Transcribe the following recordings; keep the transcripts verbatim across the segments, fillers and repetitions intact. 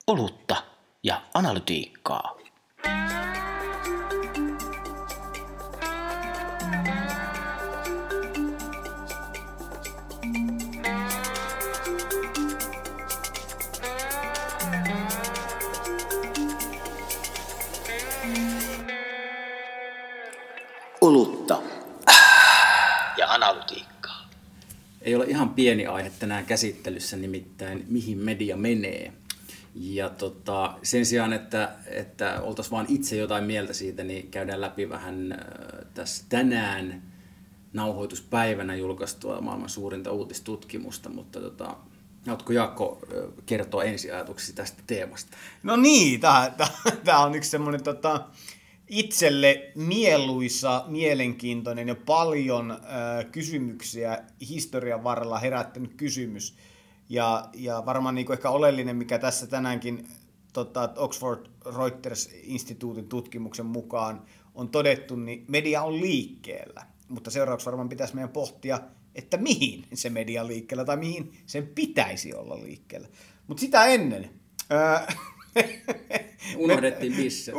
olutta ja analytiikkaa. Olutta ja analytiikkaa. Ei ole ihan pieni aihe tänään käsittelyssä, nimittäin mihin media menee. Ja tota, sen sijaan, että, että oltaisiin vaan itse jotain mieltä siitä, niin käydään läpi vähän äh, tässä tänään nauhoituspäivänä julkaistua maailman suurinta uutistutkimusta. Mutta tota, haluatko Jaakko äh, kertoa ensiajatuksesi tästä teemasta? No niin, tämä on yksi semmoinen tota, itselle mieluisa, mielenkiintoinen ja paljon äh, kysymyksiä historian varrella herättänyt kysymys. Ja, ja varmaan niin kuin ehkä oleellinen, mikä tässä tänäänkin tota, Oxford Reuters-instituutin tutkimuksen mukaan on todettu, niin media on liikkeellä. Mutta seuraavaksi varmaan pitäisi meidän pohtia, että mihin se media on liikkeellä tai mihin sen pitäisi olla liikkeellä. Mutta sitä ennen... Ää, Unohdettiin missä.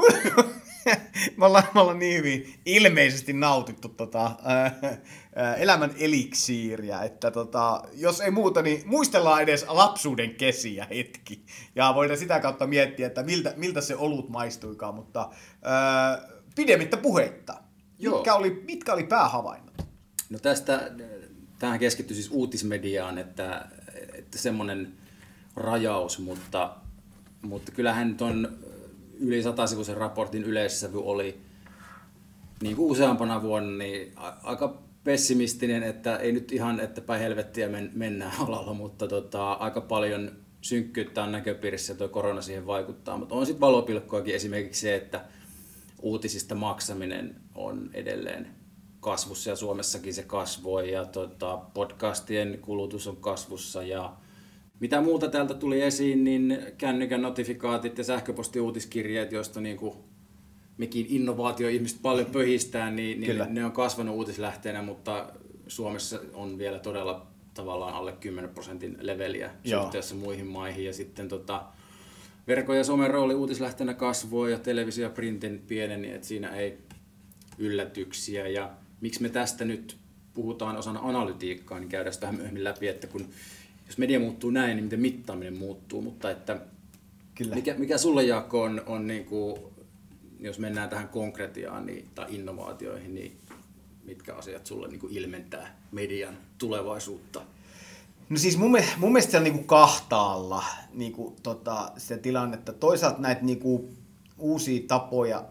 Me ollaan, me ollaan niin hyvin ilmeisesti nautittu tota, ää, ää, elämän eliksiiriä, että tota, jos ei muuta, niin muistellaan edes lapsuuden kesiä hetki. Ja voidaan sitä kautta miettiä, että miltä, miltä se olut maistuikaan, mutta ää, pidemmittä puheitta. Mitkä oli, mitkä oli päähavainnot? No tästä, tähän keskittyi siis uutismediaan, että, että semmoinen rajaus, mutta, mutta kyllähän ton yli satasivuisen raportin yleissävy oli niin kuin useampana vuonna niin aika pessimistinen, että ei nyt ihan, että päin helvettiä men, mennään alalla, mutta tota, aika paljon synkkyyttä on näköpiirissä ja tuo korona siihen vaikuttaa, mutta on sitten valopilkkoakin esimerkiksi se, että uutisista maksaminen on edelleen kasvussa ja Suomessakin se kasvoi ja tota, podcastien kulutus on kasvussa ja mitä muuta täältä tuli esiin, niin kännykän notifikaatit ja sähköpostiuutiskirjeet, joista niin kuin mekin innovaatioihmiset paljon pöhistää, niin, niin ne on kasvanut uutislähteenä, mutta Suomessa on vielä todella tavallaan alle kymmenen prosentin leveliä Joo. suhteessa muihin maihin. Ja sitten tota, verkon ja somen rooli uutislähteenä kasvoi ja televisio ja printin pieneni, että siinä ei yllätyksiä. Ja miksi me tästä nyt puhutaan osana analytiikkaa, niin käydään sitä myöhemmin läpi, että kun jos media muuttuu näin, niin miten mittaaminen muuttuu, mutta että Kyllä. Mikä, mikä sulle Jaakko on, on niin kuin, jos mennään tähän konkretiaan niin, tai innovaatioihin, niin mitkä asiat sulle niin kuin ilmentää median tulevaisuutta? No siis mun, mun mielestä se on niin kuin kahtaalla niin kuin, tota, sitä tilannetta. Toisaalta näitä niin kuin, uusia tapoja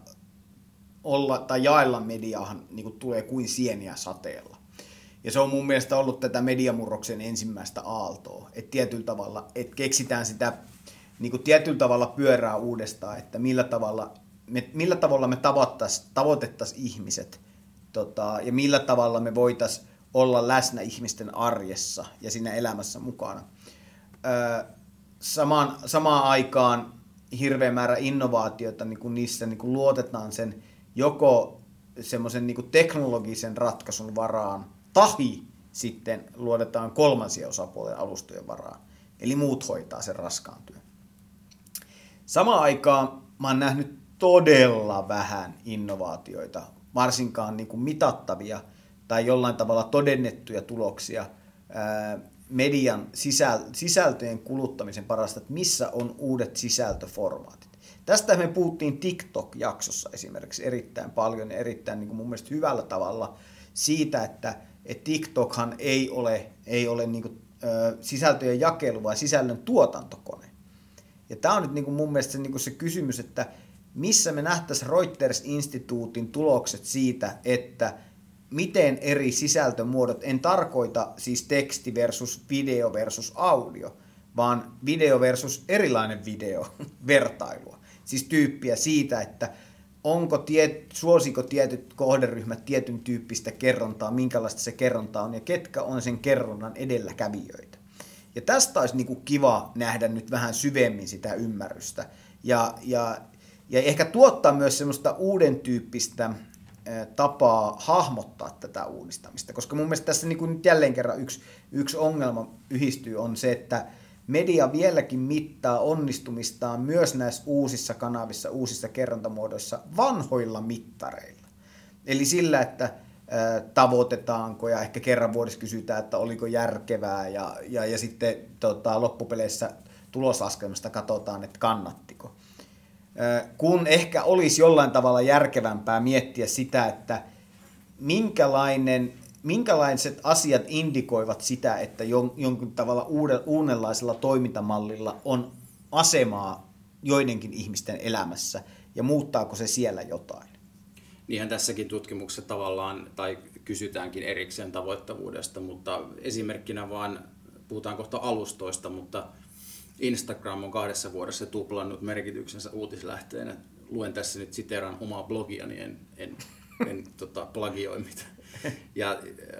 olla tai jaella mediaahan niin kuin, tulee kuin sieniä sateella. Ja se on mun mielestä ollut tätä mediamurroksen ensimmäistä aaltoa, että tietyllä tavalla, että keksitään sitä niin kuin tietyllä tavalla pyörää uudestaan, että millä tavalla me, millä tavalla me tavoitettaisiin ihmiset tota, ja millä tavalla me voitaisiin olla läsnä ihmisten arjessa ja siinä elämässä mukana. Öö, samaan, samaan aikaan hirveä määrä innovaatioita, niin kuin niissä niin kuin luotetaan sen joko semmoisen niin kuin teknologisen ratkaisun varaan, tahi sitten luodetaan kolmansien osapuolen alustojen varaan. Eli muut hoitaa sen raskaan työn. Samaan aikaan mä oon nähnyt todella vähän innovaatioita, varsinkaan niin kuin mitattavia tai jollain tavalla todennettuja tuloksia ää, median sisäl- sisältöjen kuluttamisen parasta, että missä on uudet sisältöformaatit. Tästä me puhuttiin TikTok-jaksossa esimerkiksi erittäin paljon ja erittäin niin kuin mun mielestä hyvällä tavalla siitä, että että TikTokhan ei ole, ei ole niin kuin, ö, sisältöjen jakelu, vaan sisällön tuotantokone. Ja tämä on nyt niin kuin mun mielestä se, niin kuin se kysymys, että missä me nähtäisiin Reuters-instituutin tulokset siitä, että miten eri sisältömuodot, en tarkoita siis teksti versus video versus audio, vaan video versus erilainen video vertailua. Siis tyyppiä siitä, että onko tiet, suosiko tietyt kohderyhmät tietyn tyyppistä kerrontaa, minkälaista se kerronta on ja ketkä on sen kerronnan edelläkävijöitä. Ja tästä olisi niin kuin kiva nähdä nyt vähän syvemmin sitä ymmärrystä ja, ja, ja ehkä tuottaa myös semmoista uuden tyyppistä tapaa hahmottaa tätä uudistamista, koska mun mielestä tässä niin kuin nyt jälleen kerran yksi, yksi ongelma yhdistyy on se, että media vieläkin mittaa onnistumistaan myös näissä uusissa kanavissa, uusissa kerrontamuodoissa vanhoilla mittareilla. Eli sillä, että tavoitetaanko ja ehkä kerran vuodessa kysytään, että oliko järkevää ja, ja, ja sitten tota, loppupeleissä tuloslaskelmasta katsotaan, että kannattiko. Kun ehkä olisi jollain tavalla järkevämpää miettiä sitä, että minkälainen, minkälaiset asiat indikoivat sitä, että jonkin tavalla uudenlaisella toimintamallilla on asemaa joidenkin ihmisten elämässä ja muuttaako se siellä jotain. Niinhän tässäkin tutkimuksessa tavallaan, tai kysytäänkin erikseen tavoittavuudesta, mutta esimerkkinä vaan, puhutaan kohta alustoista, mutta Instagram on kahdessa vuodessa tuplannut merkityksensä uutislähteenä. Luen tässä nyt, siteeraan omaa blogiani, en, en, en tota, plagioi mitään. Ja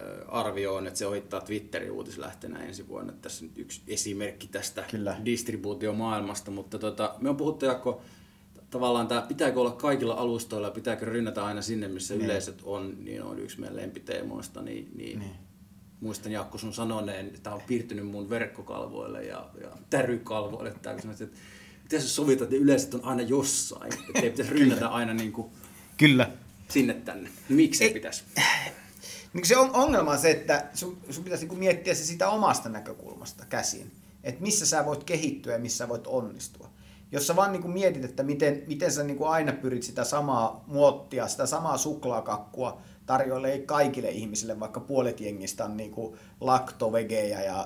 arvio on, että se ohittaa Twitterin uutislähteenä ensi vuonna. Tässä nyt yksi esimerkki tästä Kyllä. distribuutiomaailmasta, mutta tota, me on puhuttu, Jaakko, tavallaan tämä, pitääkö olla kaikilla alustoilla, pitääkö rynnätä aina sinne, missä ne. Yleisöt on, niin on yksi meidän lempiteemoista. Niin, niin muistan, Jaakko, sun sanoneen, että tämä on piirtynyt mun verkkokalvoille ja, ja tärykalvoille. Tämä, kun sanoit, että pitäisi sovita, että yleisöt on aina jossain, että ei pitäisi rynnätä aina niin kuin Kyllä. sinne tänne. Miksi ei pitäisi? Niin se on, ongelma on se, että sun, sun pitäisi niin miettiä se sitä omasta näkökulmasta käsin. Että missä sä voit kehittyä ja missä voit onnistua. Jos sä vaan niin kuin mietit, että miten, miten sä niin kuin aina pyrit sitä samaa muottia, sitä samaa suklaakakkua tarjoilee kaikille ihmisille, vaikka puolet jengistä on niin kuin laktovegejä ja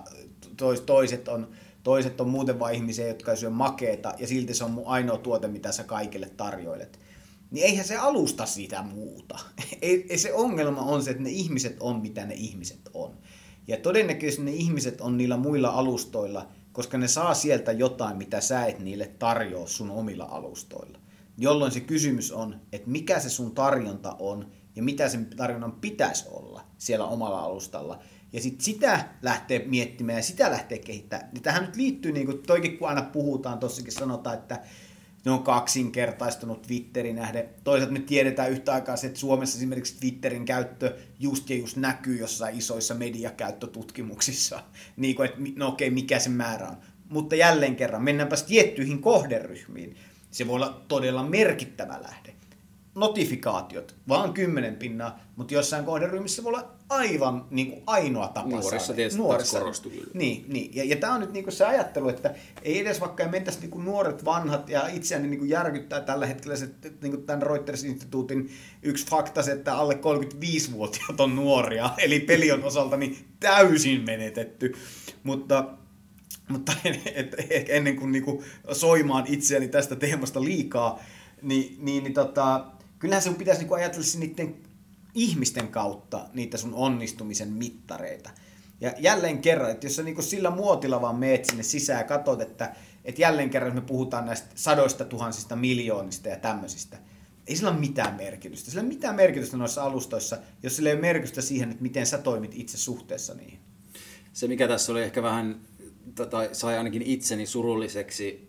toiset on, toiset on muuten vain ihmisiä, jotka ei syö makeeta ja silti se on mun ainoa tuote, mitä sä kaikille tarjoilet. Niin eihän se alusta sitä muuta. Ei, ei se ongelma on se, että ne ihmiset on mitä ne ihmiset on. Ja todennäköisesti ne ihmiset on niillä muilla alustoilla, koska ne saa sieltä jotain, mitä sä et niille tarjoa sun omilla alustoilla. Jolloin se kysymys on, että mikä se sun tarjonta on ja mitä sen tarjonnan pitäisi olla siellä omalla alustalla. Ja sitten sitä lähtee miettimään ja sitä lähtee kehittämään. Ja tähän nyt liittyy, niin kuin toikin kun aina puhutaan, tossakin sanotaan, että ne on kaksinkertaistunut Twitterin nähden. Toisaalta me tiedetään yhtä aikaa se, että Suomessa esimerkiksi Twitterin käyttö just ja just näkyy jossain isoissa mediakäyttötutkimuksissa. Niin kuin, että no okei, mikä se määrä on. Mutta jälleen kerran, mennäänpäs tiettyihin kohderyhmiin. Se voi olla todella merkittävä lähde. Notifikaatiot, vaan kymmenen pinnaa, mutta jossain kohderyhmissä voi olla aivan niin kuin ainoa tapa. Nuorissa tietysti Nuorissa. korostuu kyllä. Niin, niin. Ja, ja tämä on nyt niin kuin se ajattelu, että ei edes vaikka ei mentäisi niin kuin nuoret vanhat, ja itseäni niin kuin järkyttää tällä hetkellä se, niin kuin tämän Reuters-instituutin yksi fakta, se, että alle kolmekymmentäviisivuotiaat on nuoria, eli peli on osalta niin täysin menetetty, mutta mutta et, et, ennen kuin, niin kuin soimaan itseäni tästä teemasta liikaa, niin, niin, niin tota, kyllähän sun pitäisi niin kuin ajatella niiden ihmisten kautta niitä sun onnistumisen mittareita. Ja jälleen kerran, että jos sä niin kuin sillä muotilla vaan meet sinne sisään ja katsot, että, että jälleen kerran me puhutaan näistä sadoista tuhansista miljoonista ja tämmöisistä, ei sillä ole mitään merkitystä. Sillä ei ole mitään merkitystä noissa alustoissa, jos sillä ei ole merkitystä siihen, että miten sä toimit itse suhteessa niihin. Se, mikä tässä oli ehkä vähän, tai sai ainakin itseni surulliseksi,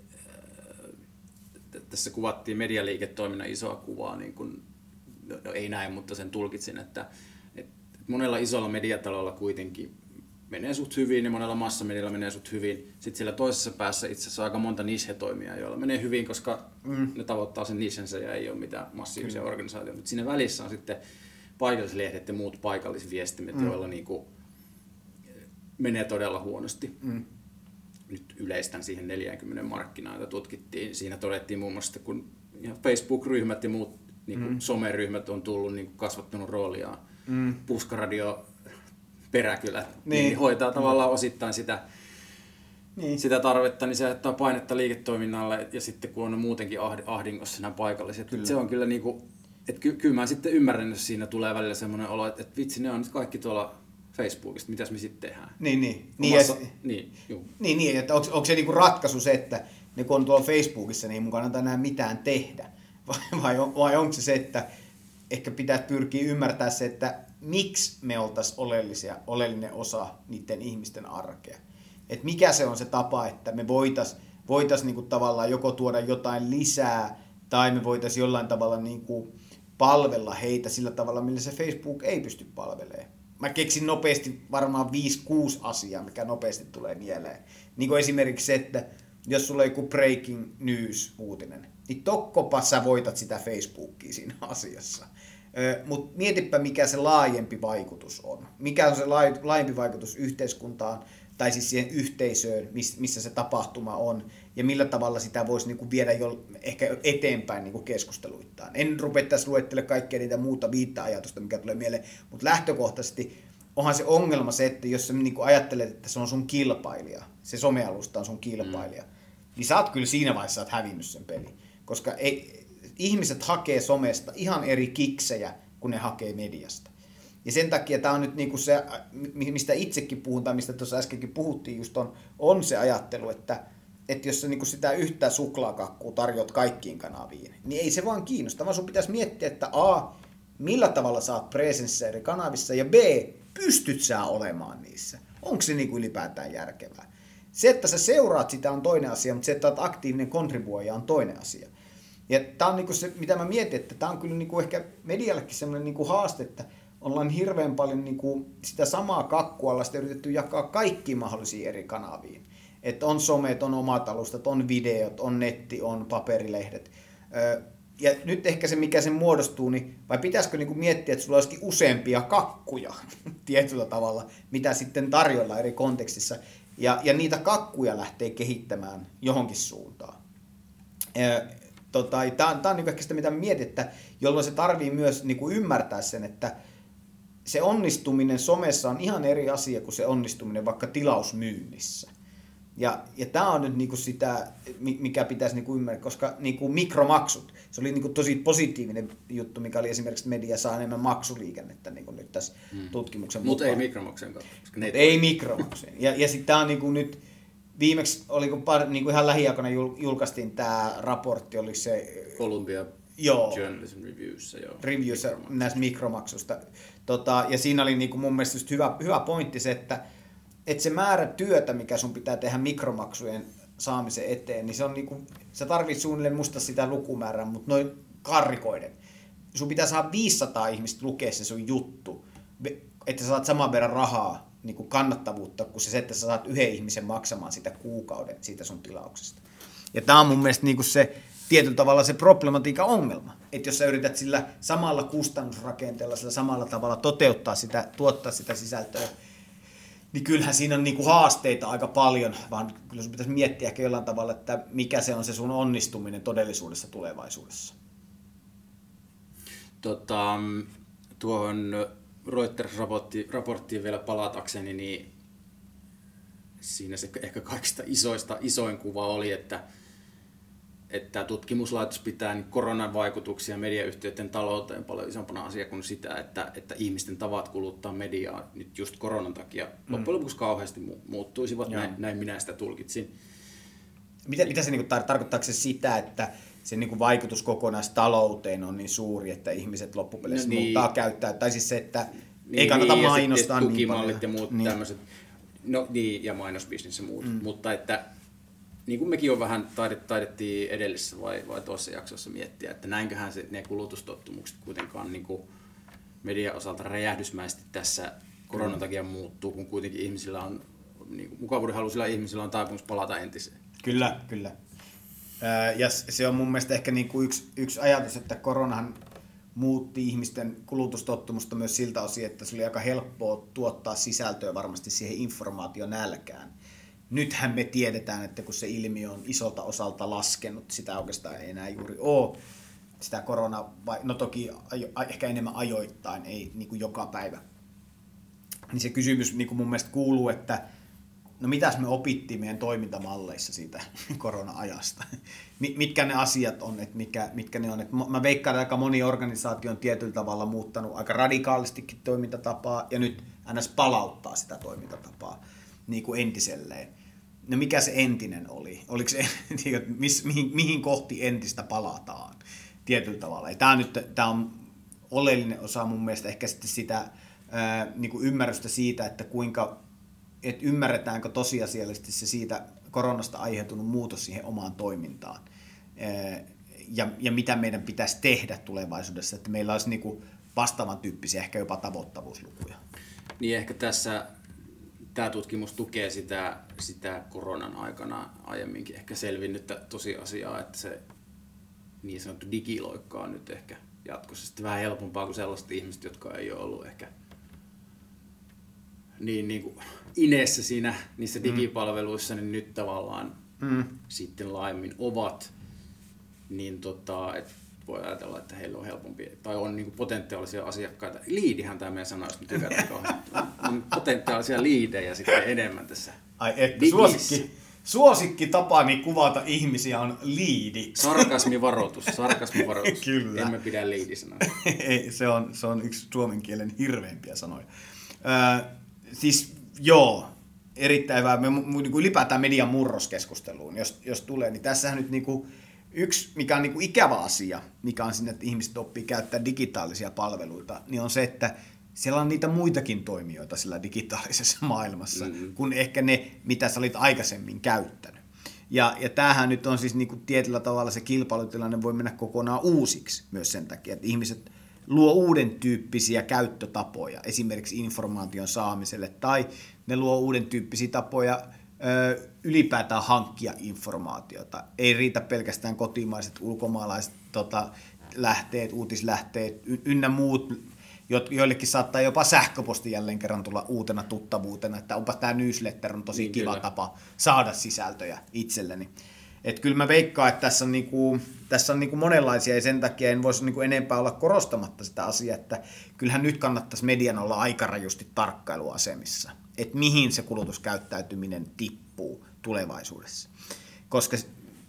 tässä kuvattiin medialiiketoiminnan isoa kuvaa, niin kuin, no ei näin, mutta sen tulkitsin, että, että monella isolla mediatalolla kuitenkin menee suht hyvin ja monella massamedialla menee suht hyvin. Sitten siellä toisessa päässä itse asiassa aika monta niche-toimijaa, joilla menee hyvin, koska mm. ne tavoittaa sen nichensä ja ei ole mitään massiivisia Kyllä. organisaatioita. Mutta siinä välissä on sitten paikallislehdet ja muut paikallisviestimet, mm. joilla niin kuin menee todella huonosti. Mm. Nyt yleistän siihen neljäkymmentä markkinaa, jota tutkittiin. Siinä todettiin muun muassa, että kun Facebook-ryhmät ja muut niin kuin mm. someryhmät on tullut niin kuin kasvattanut rooliaan. Mm. Puskaradio, peräkylät, niin. niin hoitaa tavallaan osittain sitä, niin. sitä tarvetta, niin se jättää painetta liiketoiminnalle ja sitten kun on muutenkin ahdingossa nämä paikalliset. Kyllä. Se on kyllä niin kuin, että ky- kyllä mä sitten ymmärrän, jos siinä tulee välillä semmoinen olo, että, että vitsi, ne on nyt kaikki tuolla Facebookista, mitäs me sitten tehdään? Niin, niin. Omassa, niin, niin, juu. niin, niin että onko, onko se niinku ratkaisu se, että ne kun on tuolla Facebookissa, niin ei mun kannata enää mitään tehdä? Vai, vai, on, vai onko se se, että ehkä pitäisi pyrkiä ymmärtää se, että miksi me oltaisiin oleellisia, oleellinen osa niiden ihmisten arkea? Et mikä se on se tapa, että me voitaisiin voitais niinku tavallaan joko tuoda jotain lisää, tai me voitaisiin jollain tavalla niinku palvella heitä sillä tavalla, millä se Facebook ei pysty palvelemaan. mä keksin nopeasti varmaan viisi kuusi asiaa, mikä nopeasti tulee mieleen. Niin kuin esimerkiksi se, että jos sulla on joku breaking news-uutinen, niin tokkopa sä voitat sitä Facebookia siinä asiassa. Mutta mietipä, mikä se laajempi vaikutus on. Mikä on se laajempi vaikutus yhteiskuntaan, tai siis siihen yhteisöön, missä se tapahtuma on, ja millä tavalla sitä voisi niinku viedä jo ehkä eteenpäin niinku keskusteluittain. En rupea tässä luettelemaan kaikkia niitä muuta viittä ajatusta, mikä tulee mieleen, mutta lähtökohtaisesti onhan se ongelma se, että jos sä niinku ajattelet, että se on sun kilpailija, se somealusta on sun kilpailija, mm. niin sä oot kyllä siinä vaiheessa oot hävinnyt sen pelin. Koska ei, ihmiset hakee somesta ihan eri kiksejä, kun ne hakee mediasta. Ja sen takia tämä on nyt niinku se, mistä itsekin puhun, tai mistä tuossa äskenkin puhuttiin, just on, on se ajattelu, että, että jos sä niinku sitä yhtä suklaakakkua tarjoat kaikkiin kanaviin, niin ei se vaan kiinnosta, vaan sun pitäisi miettiä, että a, millä tavalla sä oot presenssissä eri kanavissa, ja b, pystyt sä olemaan niissä. Onko se niinku ylipäätään järkevää? Se, että sä seuraat sitä on toinen asia, mutta se, että oot aktiivinen kontribuoija on toinen asia. Ja tämä on niinku se, mitä mä mietin, että tämä on kyllä niinku ehkä mediallekin sellainen niinku haaste, että ollaan hirveän paljon niinku sitä samaa kakkua ollaan sitä yritetty jakaa kaikkiin mahdollisiin eri kanaviin. Että on somet, on omat alustat, on videot, on netti, on paperilehdet. Ja nyt ehkä se, mikä sen muodostuu, niin vai pitäisikö niinku miettiä, että sulla olisikin useampia kakkuja tietyllä tavalla, mitä sitten tarjolla eri kontekstissa. Ja, ja niitä kakkuja lähtee kehittämään johonkin suuntaan. Tota, tämä on, on niin ehkä sitä, mitä mietin, että jolloin se tarvii myös niin kuin ymmärtää sen, että se onnistuminen somessa on ihan eri asia kuin se onnistuminen vaikka tilausmyynnissä. Ja, ja tämä on nyt niin kuin sitä, mikä pitäisi niin kuin ymmärtää, koska niin kuin mikromaksut, se oli niin kuin tosi positiivinen juttu, mikä oli esimerkiksi, että media saa enemmän maksuliikennettä niin kuin nyt tässä hmm. tutkimuksen mukaan. Mutta ei mikromaksujen kautta. Ei mikromaksujen. Ja, ja sitten tämä on niin kuin nyt, viimeksi oliko niin kuin ihan lähiaikoina julkaistiin tämä raportti, oli se Columbia joo, Journalism Reviewssä, joo. Reviewssä näistä mikromaksusta. Tota, ja siinä oli niin kuin mun mielestä just hyvä, hyvä pointti se, että, että se määrä työtä, mikä sun pitää tehdä mikromaksujen saamisen eteen, niin se on niin kuin, sä tarvitset suunnilleen musta sitä lukumäärää, mutta noin karrikoiden. Sun pitää saada viisisataa ihmistä lukea se sun juttu, että sä saat saman verran rahaa, niin kuin kannattavuutta, kuin se, että sä saat yhden ihmisen maksamaan sitä kuukauden siitä sun tilauksesta. Ja tää on mun mielestä niin kuin se tietyllä tavalla se problematiikan ongelma. Että jos sä yrität sillä samalla kustannusrakenteella, sillä samalla tavalla toteuttaa sitä, tuottaa sitä sisältöä, niin kyllähän siinä on niin kuin haasteita aika paljon, vaan kyllä sun pitäisi miettiä ehkä jollain tavalla, että mikä se on se sun onnistuminen todellisuudessa tulevaisuudessa. Tota, tuohon Reuters-raporttiin raporttiin vielä palatakseni, niin siinä se ehkä kaikista isoista, isoin kuva oli, että, että tutkimuslaitos pitää niin koronan vaikutuksia mediayhtiöiden talouteen paljon isompana asia kuin sitä, että, että ihmisten tavat kuluttaa mediaa nyt just koronan takia mm. loppujen lopuksi kauheasti muuttuisivat, näin, näin minä sitä tulkitsin. Mitä, mitä se niin tar- tarkoittaako se sitä, että se niin vaikutus kokonaistalouteen on niin suuri, että ihmiset loppupeleissä no niin, muuttaa käyttää, tai siis se, että niin, ei kannata niin, mainostaa ja niin paljon. Ja muut niin. tämmöiset, no niin, ja mainosbisnes ja muut, mm. mutta että niin kuin mekin on vähän taidet, taidettiin edellisessä vai, vai tuossa jaksossa miettiä, että näinköhän se, ne kulutustottumukset kuitenkaan niin kuin median osalta räjähdysmäisesti tässä koronan takia muuttuu, kun kuitenkin ihmisillä on, niin kuin mukavuudenhaluisilla ihmisillä on taipumus palata entiseen. Kyllä, kyllä. Ja se on mun mielestä ehkä niin kuin yksi, yksi ajatus, että koronahan muutti ihmisten kulutustottumusta myös siltä osin, että se oli aika helppoa tuottaa sisältöä varmasti siihen informaationälkään. Nythän me tiedetään, että kun se ilmiö on isolta osalta laskenut, sitä oikeastaan ei enää juuri ole. Sitä korona, no toki ajo, ehkä enemmän ajoittain, ei niin kuin joka päivä. Niin se kysymys niin kuin mun mielestä kuuluu, että no mitäs me opittiin meidän toimintamalleissa siitä korona-ajasta? Mitkä ne asiat on, että mitkä, mitkä ne on? Et mä veikkaan, että aika moni organisaatio on tietyllä tavalla muuttanut aika radikaalistikin toimintatapaa ja nyt ns. Palauttaa sitä toimintatapaa niin kuin entiselleen. No mikä se entinen oli? Oliko se, mihin, mihin kohti entistä palataan tietyllä tavalla? Tämä on, nyt, tämä on oleellinen osa mun mielestä ehkä sitten sitä ää, niin kuin ymmärrystä siitä, että kuinka että ymmärretäänkö tosiasiallisesti se siitä koronasta aiheutunut muutos siihen omaan toimintaan ja, ja mitä meidän pitäisi tehdä tulevaisuudessa, että meillä olisi niin kuin vastaavan tyyppisiä ehkä jopa tavoittavuuslukuja. Niin ehkä tässä tämä tutkimus tukee sitä, sitä koronan aikana aiemminkin ehkä selvinnyttä tosiasiaa, että se niin sanottu digiloikka on nyt ehkä jatkossa sitten vähän helpompaa kuin sellaiset ihmiset, jotka ei ole ollut ehkä niin, niin kuin ineessä siinä niissä digipalveluissa, niin nyt tavallaan mm. sitten laajemmin ovat, niin tota, et voi ajatella, että heillä on helpompi, tai on niin kuin potentiaalisia asiakkaita. Liidihän tämä meidän sana, jos me tykätään kauheasti. On potentiaalisia liidejä sitten enemmän tässä. Ai että suosikki, suosikki tapani kuvata ihmisiä on liidi. Sarkasmivaroitus, sarkasmivaroitus. Kyllä. Emme pidä liidisanaa. Ei, se on, se on yksi suomen kielen hirveimpiä sanoja. Ö, siis joo, erittäin hyvä. Me niin ylipäätään median murroskeskusteluun, jos, jos tulee, niin tässähän nyt niin kuin yksi, mikä on niin kuin ikävä asia, mikä on sinne, että ihmiset oppii käyttää digitaalisia palveluita, niin on se, että siellä on niitä muitakin toimijoita sillä digitaalisessa maailmassa, mm-hmm. kuin ehkä ne, mitä sä olit aikaisemmin käyttänyt. Ja, ja tämähän nyt on siis niin kuin tietyllä tavalla se kilpailutilanne voi mennä kokonaan uusiksi myös sen takia, että ihmiset luo uuden tyyppisiä käyttötapoja, esimerkiksi informaation saamiselle, tai ne luo uuden tyyppisiä tapoja ö, ylipäätään hankkia informaatiota. Ei riitä pelkästään kotimaiset, ulkomaalaiset tota, lähteet, uutislähteet y- ynnä muut, joillekin saattaa jopa sähköposti jälleen kerran tulla uutena tuttavuutena, että onpa tämä newsletter on tosi niin, kiva kyllä. tapa saada sisältöjä itselleni. Että kyllä mä veikkaan, että tässä on, niinku, tässä on niinku monenlaisia ja sen takia en voisi niinku enempää olla korostamatta sitä asiaa, että kyllähän nyt kannattaisi median olla aika rajusti tarkkailuasemissa, että mihin se kulutuskäyttäytyminen tippuu tulevaisuudessa. Koska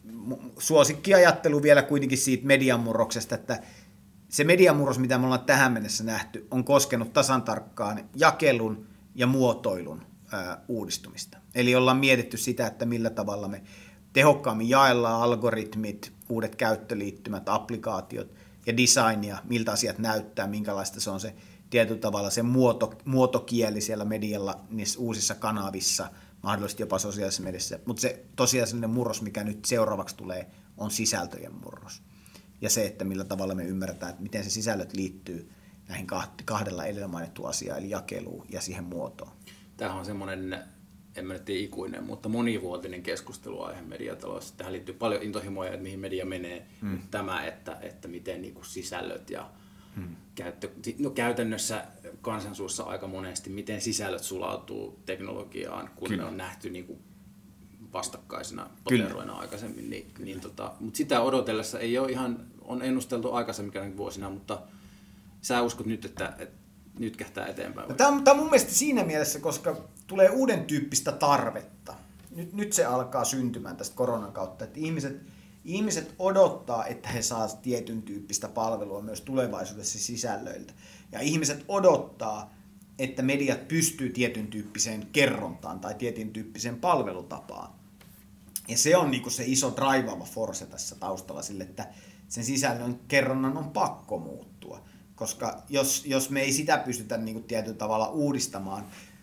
suosikkiajattelu vielä kuitenkin siitä median murroksesta, että se mediamurros, mitä me ollaan tähän mennessä nähty, on koskenut tasan tarkkaan jakelun ja muotoilun ää, uudistumista. Eli ollaan mietitty sitä, että millä tavalla me tehokkaammin jaellaan algoritmit, uudet käyttöliittymät, applikaatiot ja designia, miltä asiat näyttää, minkälaista se on se tietyllä tavalla se muoto, muotokieli siellä medialla, niissä uusissa kanavissa, mahdollisesti jopa sosiaalisessa mediassa. Mutta se tosiasiallinen murros, mikä nyt seuraavaksi tulee, on sisältöjen murros. Ja se, että millä tavalla me ymmärretään, että miten se sisällöt liittyy näihin kahdella edellä mainittuun asiaan, eli jakeluun ja siihen muotoon. Tämähän on semmoinen, en mä nyt tiedä ikuinen, mutta monivuotinen keskusteluaihe mediataloudessa. Tähän liittyy paljon intohimoja, että mihin media menee. Hmm. Tämä, että, että miten niin kuin sisällöt ja hmm. käyttö, no käytännössä kansansuussa aika monesti, miten sisällöt sulautuu teknologiaan, kun Kyllä. ne on nähty niin kuin vastakkaisina poteroina aikaisemmin, niin, niin tota, mutta sitä odotellessa ei ole ihan, on ennusteltu aikaisemmin vuosina, mutta sä uskot nyt, että, että nyt kähtää eteenpäin. No, tämä, on, tämä on mun mielestä siinä mielessä, koska tulee uuden tyyppistä tarvetta. Nyt, nyt se alkaa syntymään tästä koronan kautta, että ihmiset, ihmiset odottaa, että he saavat tietyn tyyppistä palvelua myös tulevaisuudessa sisällöiltä. Ja ihmiset odottaa, että mediat pystyy tietyn tyyppiseen kerrontaan tai tietyn tyyppiseen palvelutapaan. Ja se on niinku se iso draivaava force tässä taustalla sille, että sen sisällön kerronnan on pakko muuttua. Koska jos, jos me ei sitä pystytä niinku tietyllä tavalla uudistamaan,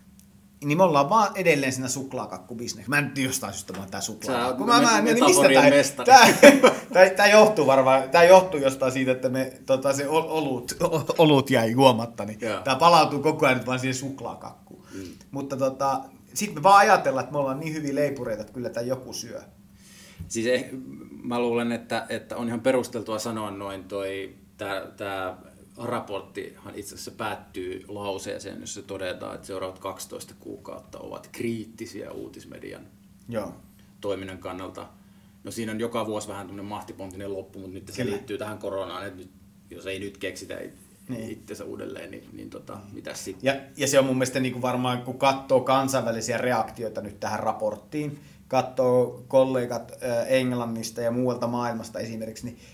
niin me ollaan vaan edelleen siinä suklaakakkubisneksessä. Mä en nyt jostain syystä vaan tää suklaakakku. Mä, mä, niin mistä tää, tää, tää johtuu varmaan, tää johtuu jostain siitä, että me, tota, se olut, olut jäi juomatta, niin Jaa. Tää palautuu koko ajan vaan siihen suklaakakkuun. Mm. Mutta tota, sit me vaan ajatellaan, että me ollaan niin hyviä leipureita, että kyllä tää joku syö. Siis eh, mä luulen, että, että on ihan perusteltua sanoa noin toi, tää, tää raporttihan itse asiassa päättyy lauseeseen, jossa todetaan, että seuraavat kaksitoista kuukautta ovat kriittisiä uutismedian Joo. toiminnan kannalta. No siinä on joka vuosi vähän tämmöinen mahtipontinen loppu, mutta nyt se Kyllä. liittyy tähän koronaan, että nyt, jos ei nyt keksitä niin. itsensä uudelleen, niin, niin tota, mitäs sitten? Ja, ja se on mun mielestä niin kuin varmaan, kun katsoo kansainvälisiä reaktioita nyt tähän raporttiin, katsoo kollegat Englannista ja muualta maailmasta esimerkiksi, niin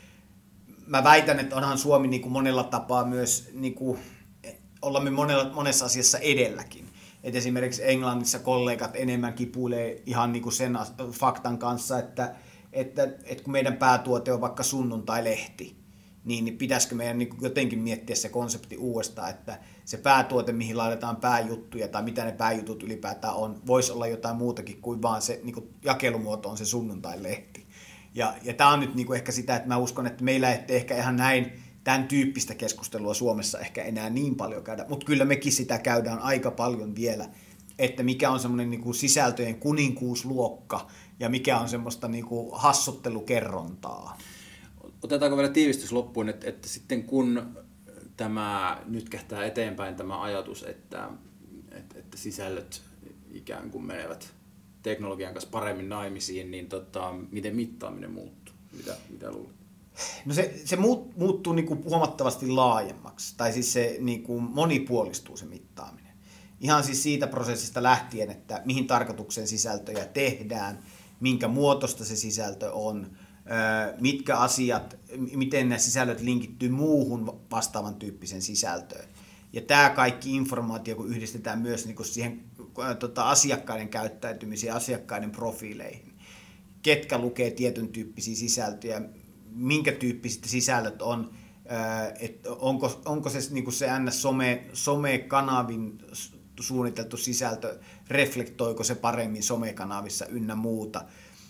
mä väitän, että onhan Suomi niin kuin monella tapaa myös, niin kuin, ollaan me monella, monessa asiassa edelläkin. Et esimerkiksi Englannissa kollegat enemmän kipuilee ihan niin kuin sen faktan kanssa, että, että, että kun meidän päätuote on vaikka sunnuntai-lehti, niin, niin pitäisikö meidän niin kuin jotenkin miettiä se konsepti uudestaan, että se päätuote, mihin laitetaan pääjuttuja tai mitä ne pääjutut ylipäätään on, voisi olla jotain muutakin kuin vaan se niin kuin jakelumuoto on se sunnuntai-lehti. Ja, ja tämä on nyt niinku ehkä sitä, että mä uskon, että meillä ei ehkä ihan näin tämän tyyppistä keskustelua Suomessa ehkä enää niin paljon käydä, mutta kyllä mekin sitä käydään aika paljon vielä, että mikä on semmoinen niin kuin sisältöjen kuninkuusluokka ja mikä on semmoista niin kuin hassuttelukerrontaa. Otetaanko vielä tiivistys loppuun, että, että sitten kun tämä nyt kähtää eteenpäin tämä ajatus, että, että, että sisällöt ikään kuin menevät teknologian kanssa paremmin naimisiin, niin tota, miten mittaaminen muuttuu? Mitä, mitä luulet? No se, se muut, muuttuu niin kuin huomattavasti laajemmaksi, tai siis se niin kuin monipuolistuu se mittaaminen. Ihan siis siitä prosessista lähtien, että mihin tarkoituksen sisältöjä tehdään, minkä muotoista se sisältö on, mitkä asiat, miten nämä sisällöt linkittyy muuhun vastaavan tyyppisen sisältöön. Ja tämä kaikki informaatio, kun yhdistetään myös niin kuin siihen tota, asiakkaiden käyttäytymisiin, asiakkaiden profiileihin, ketkä lukee tietyn tyyppisiä sisältöjä, minkä tyyppiset sisällöt on, että onko, onko se, niin kuin se some, some-kanavin suunniteltu sisältö, reflektoiko se paremmin somekanavissa ynnä muuta.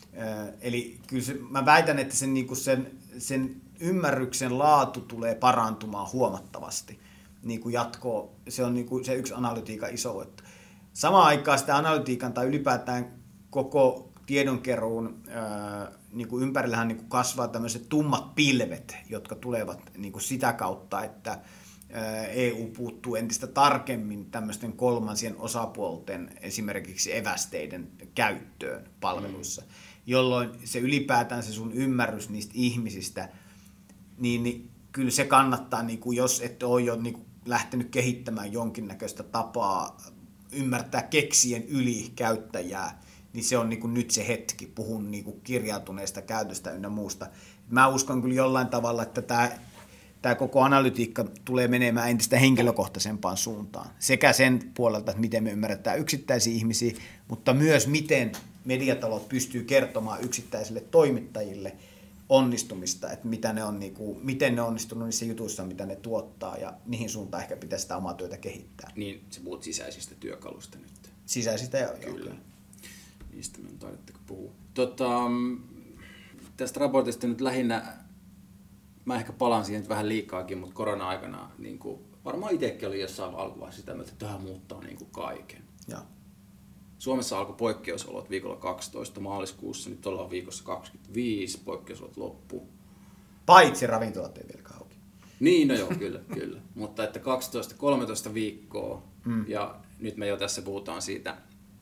Eli kyllä se, mä väitän, että sen, niin kuin sen, sen ymmärryksen laatu tulee parantumaan huomattavasti niin kuin jatkoa. Se on niin kuin se yksi analytiikan iso voitto. Samaan aikaan sitä analytiikan tai ylipäätään koko tiedonkeruun ää, niin kuin ympärillähän niin kuin kasvaa tämmöiset tummat pilvet, jotka tulevat niin kuin sitä kautta, että ää, E U puuttuu entistä tarkemmin tämmöisten kolmansien osapuolten esimerkiksi evästeiden käyttöön palveluissa, mm. jolloin se ylipäätään se sun ymmärrys niistä ihmisistä, niin, niin kyllä se kannattaa, niin kuin jos et ole jo niin kuin lähtenyt kehittämään jonkinnäköistä tapaa ymmärtää keksien yli käyttäjää, niin se on niin kuin nyt se hetki, puhun niin kuin kirjautuneesta käytöstä ynnä muusta. Mä uskon kyllä jollain tavalla, että tämä, tämä koko analytiikka tulee menemään entistä henkilökohtaisempaan suuntaan. Sekä sen puolelta, että miten me ymmärretään yksittäisiä ihmisiä, mutta myös miten mediatalot pystyy kertomaan yksittäisille toimittajille onnistumista, että mitä ne on, niin kuin, miten ne on onnistunut niissä jutuissa, mitä ne tuottaa, ja mihin suuntaan ehkä pitäisi sitä omaa työtä kehittää. Niin, se puhut sisäisistä työkalusta nyt. Sisäisistä, joo. Kyllä. Niistä me taidatteko puhua. Tota, tästä raportista nyt lähinnä, mä ehkä palaan siihen vähän liikaakin, mutta korona-aikana niin kuin, varmaan itsekin oli jossain alkuvaiheessa sitä mieltä, että tämä muuttaa niin kuin kaiken. Ja. Suomessa alkoi poikkeusolot viikolla kaksitoista maaliskuussa, nyt ollaan viikossa kaksikymmentäviisi, poikkeusolot loppu. Paitsi ravintolat ei vielä auki. Niin, no joo, kyllä, kyllä. Mutta että kaksitoista kolmetoista viikkoa, mm. ja nyt me jo tässä puhutaan siitä,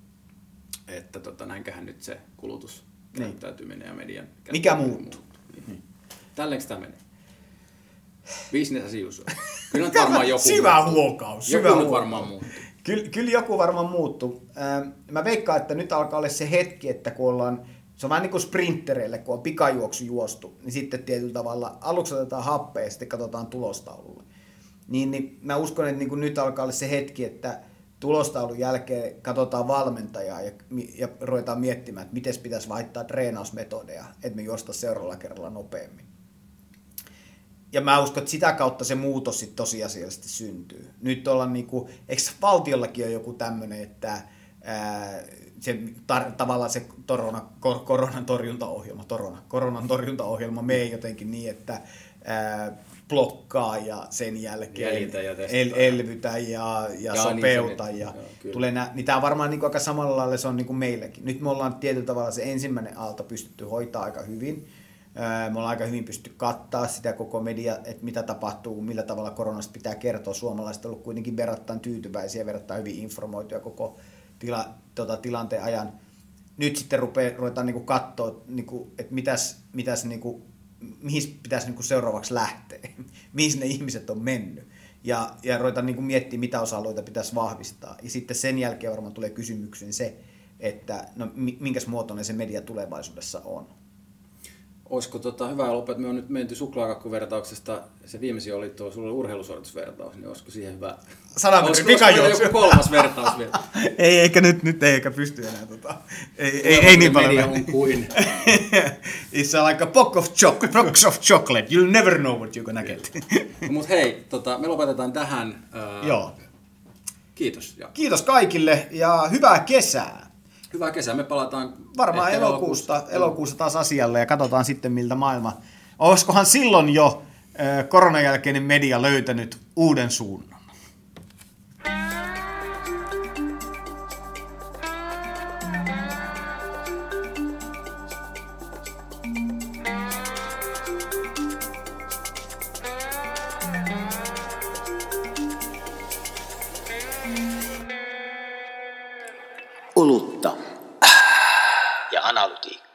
että tota, näinköhän nyt se kulutus niin. käyttäytyminen ja median mikä muuttuu? Niin. Niin. Tälleks tämä menee? Business as usual. Kyllä on varmaan joku syvä huokaus. Joku syvä nyt huokaus. varmaan muuttuu. Kyllä, kyllä joku varmaan muuttuu. Mä veikkaan, että nyt alkaa olla se hetki, että kun ollaan, se on vähän niin kuin sprinttereille, kun on pikajuoksu juostu, niin sitten tietyllä tavalla aluksi otetaan happea ja sitten katsotaan tulostaululle. Niin, niin mä uskon, että niin kuin nyt alkaa olla se hetki, että tulostaulun jälkeen katsotaan valmentajaa ja, ja ruvetaan miettimään, että miten pitäisi vaihtaa treenausmetodeja, että me juostaan seuraavalla kerralla nopeammin. Ja mä uskon, että sitä kautta se muutos sitten tosiasiallisesti syntyy. Nyt ollaan niinku, eikö valtiollakin ole joku tämmöinen, että ää, se, tar, tavallaan se torona, kor, koronan torjuntaohjelma, torona, koronan torjuntaohjelma menee jotenkin niin, että ää, blokkaa ja sen jälkeen ja el, elvytä ja, ja, ja sopeuta. Niin, ja joo, tulee nää, niin tämä on varmaan niin aika samalla lailla se on niin kuin meilläkin. Nyt me ollaan tietyllä tavalla se ensimmäinen aalto pystytty hoitaa aika hyvin. Me ollaan aika hyvin pystytty kattaa sitä koko media, että mitä tapahtuu, millä tavalla koronasta pitää kertoa. Suomalaiset ovat kuitenkin verrattain tyytyväisiä, verrattain hyvin informoituja koko tila, tota, tilanteen ajan. Nyt sitten rupeaa, ruvetaan niinku katsoa, niinku, että mitäs, mitäs, niinku, mihin pitäisi niinku seuraavaksi lähteä, mihin ne ihmiset on mennyt. Ja, ja ruvetaan niinku miettimään, mitä osa-alueita pitäisi vahvistaa. Ja sitten sen jälkeen varmaan tulee kysymykseen se, että no, minkäs muotoinen se media tulevaisuudessa on. Olisiko tota, hyvä lopettaa, me on nyt menty suklaakakkuvertauksesta, se viimeisin oli tuo sulla urheilusuoritusvertaus, niin olisiko siihen hyvä? Sadan metrin pikajuoksu. Joku kolmas vertaus vielä. ei, eikä nyt, nyt ei eikä pysty enää. Tota. Ei, ei, ei niin paljon. Media on kuin. It's like a box of, choc- box of chocolate, you'll never know what you're gonna get. Mutta hei, tota, me lopetetaan tähän. Joo. Kiitos. Ja. Kiitos kaikille ja hyvää kesää. Hyvää kesää, me palataan varmaan elokuusta, elokuussa taas asialle ja katsotaan sitten miltä maailma. Olisikohan silloin jo koronan jälkeinen media löytänyt uuden suunnan? Olutta ja analytiikkaa.